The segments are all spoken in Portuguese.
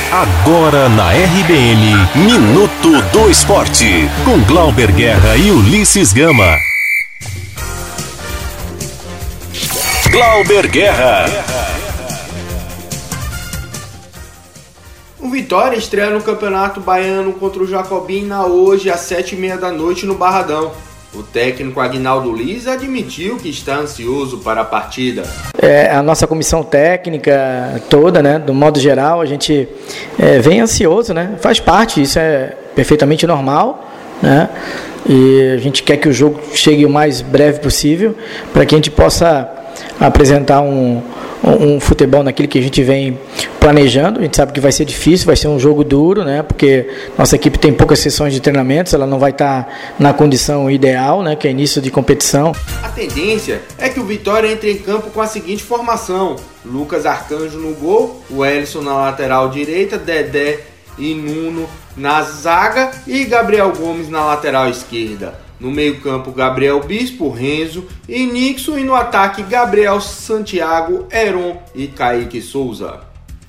Agora na RBN, Minuto do Esporte, com Glauber Guerra e Ulisses Gama. Glauber Guerra. O Vitória estreia no Campeonato Baiano contra o Jacobina hoje às 19h30 no Barradão. O técnico Aguinaldo Liz admitiu que está ansioso para a partida. A nossa comissão técnica toda, né, do modo geral, a gente vem ansioso, né? Faz parte, isso é perfeitamente normal, né? E a gente quer que o jogo chegue o mais breve possível para que a gente possa apresentar um futebol naquilo que a gente vem planejando. A gente sabe que vai ser difícil, vai ser um jogo duro, né? Porque nossa equipe tem poucas sessões de treinamentos, ela não vai estar na condição ideal, né? Que é início de competição. A tendência é que o Vitória entre em campo com a seguinte formação: Lucas Arcanjo no gol, o Elson na lateral direita, Dedé e Nuno na zaga e Gabriel Gomes na lateral esquerda. No meio-campo, Gabriel Bispo, Renzo e Nixon. E no ataque, Gabriel Santiago, Heron e Kaique Souza.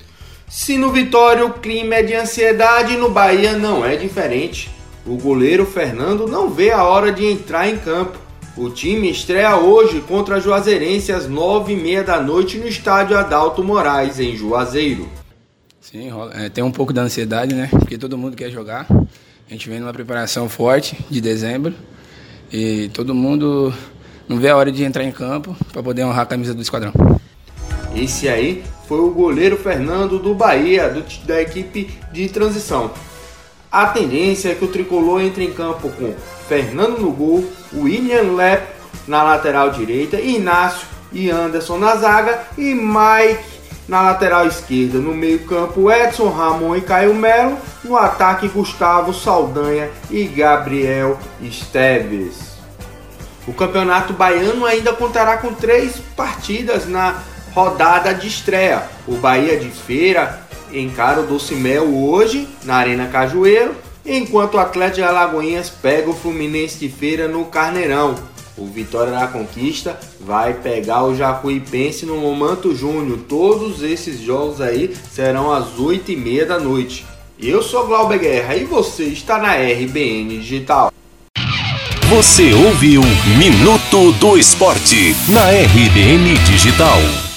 Se no Vitória o clima é de ansiedade, no Bahia não é diferente. O goleiro Fernando não vê a hora de entrar em campo. O time estreia hoje contra a Juazeirense às 21h30 no estádio Adalto Moraes, em Juazeiro. Sim, tem um pouco da ansiedade, né? Porque todo mundo quer jogar. A gente vem numa preparação forte de dezembro. E todo mundo não vê a hora de entrar em campo para poder honrar a camisa do esquadrão. Esse aí foi o goleiro Fernando do Bahia, da equipe de transição. A tendência é que o tricolor entre em campo com Fernando no gol, William Lepp na lateral direita, Inácio e Anderson na zaga e Mike na lateral esquerda. No meio campo, Edson, Ramon e Caio Melo. No ataque, Gustavo Saldanha e Gabriel Esteves. O Campeonato Baiano ainda contará com 3 partidas na rodada de estreia. O Bahia de Feira encara o Docimel hoje na Arena Cajueiro, enquanto o Atlético de Alagoinhas pega o Fluminense de Feira no Carneirão. O Vitória da Conquista vai pegar o Jacuipense no Momanto Júnior. Todos esses jogos aí serão às 20h30. Eu sou Glauber Guerra e você está na RBN Digital. Você ouviu Minuto do Esporte na RBN Digital.